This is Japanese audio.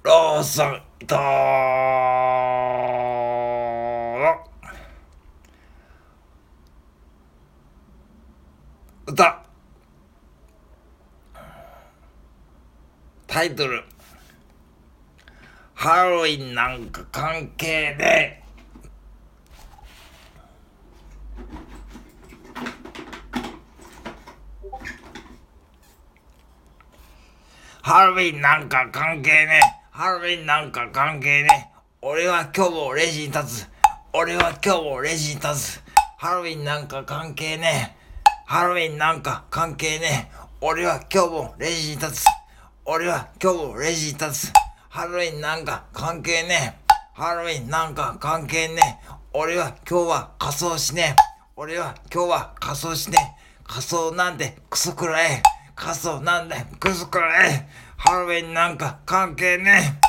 ローソン伊藤の歌、タイトル、ハロウィンなんか関係ねえ。ハロウィンなんか関係ねえ。ハロウィンなんか関係ねえ。俺は今日もレジに立つ。俺は今日もレジに立つ。ハロウィンなんか関係ねえ。ハロウィンなんか関係ねえ。俺は今日もレジに立つ。俺は今日もレジに立つ。ハロウィンなんか関係ねえ。ハロウィンなんか関係ねえ。俺は今日は仮装しねえ。俺は今日は仮装しねえ。仮装なんてクソくらえ。仮装なんてクソくらえ。ハロウィンなんか関係ねえ。